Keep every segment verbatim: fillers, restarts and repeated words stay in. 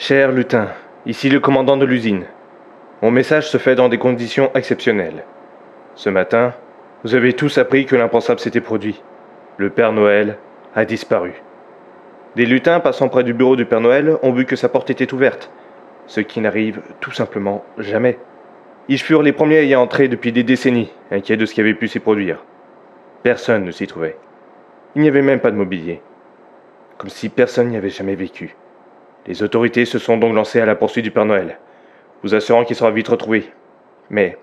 Cher lutin, ici le commandant de l'usine. Mon message se fait dans des conditions exceptionnelles. Ce matin, vous avez tous appris que l'impensable s'était produit. Le Père Noël a disparu. Des lutins passant près du bureau du Père Noël ont vu que sa porte était ouverte, ce qui n'arrive tout simplement jamais. Ils furent les premiers à y entrer depuis des décennies, inquiets de ce qui avait pu s'y produire. Personne ne s'y trouvait. Il n'y avait même pas de mobilier. Comme si personne n'y avait jamais vécu. Les autorités se sont donc lancées à la poursuite du Père Noël, vous assurant qu'il sera vite retrouvé. Mais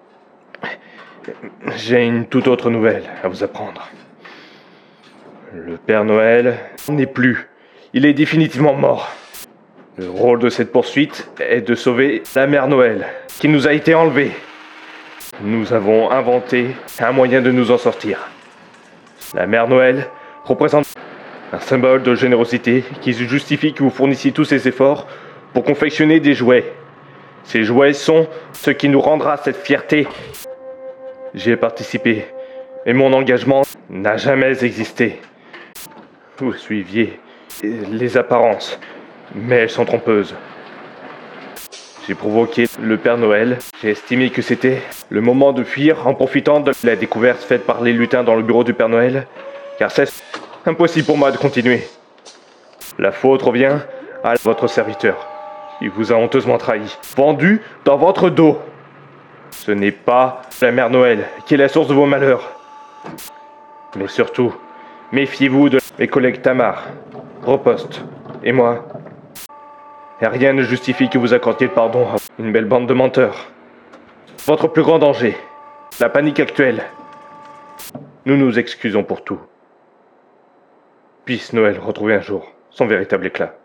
j'ai une toute autre nouvelle à vous apprendre. Le Père Noël n'est plus. Il est définitivement mort. Le rôle de cette poursuite est de sauver la Mère Noël, qui nous a été enlevée. Nous avons inventé un moyen de nous en sortir. La Mère Noël représente un symbole de générosité qui justifie que vous fournissiez tous ces efforts pour confectionner des jouets. Ces jouets sont ce qui nous rendra cette fierté. J'y ai participé, et mon engagement n'a jamais existé. Vous suiviez les apparences, mais elles sont trompeuses. J'ai provoqué le Père Noël. J'ai estimé que c'était le moment de fuir en profitant de la découverte faite par les lutins dans le bureau du Père Noël, car c'est impossible pour moi de continuer. La faute revient à votre serviteur. Il vous a honteusement trahi, vendu dans votre dos. Ce n'est pas la Mère Noël qui est la source de vos malheurs. Mais surtout, méfiez-vous de mes collègues Tamar, Repost et moi. Et rien ne justifie que vous accordiez le pardon à une belle bande de menteurs. Votre plus grand danger, la panique actuelle. Nous nous excusons pour tout. Puisse Noël retrouver un jour son véritable éclat.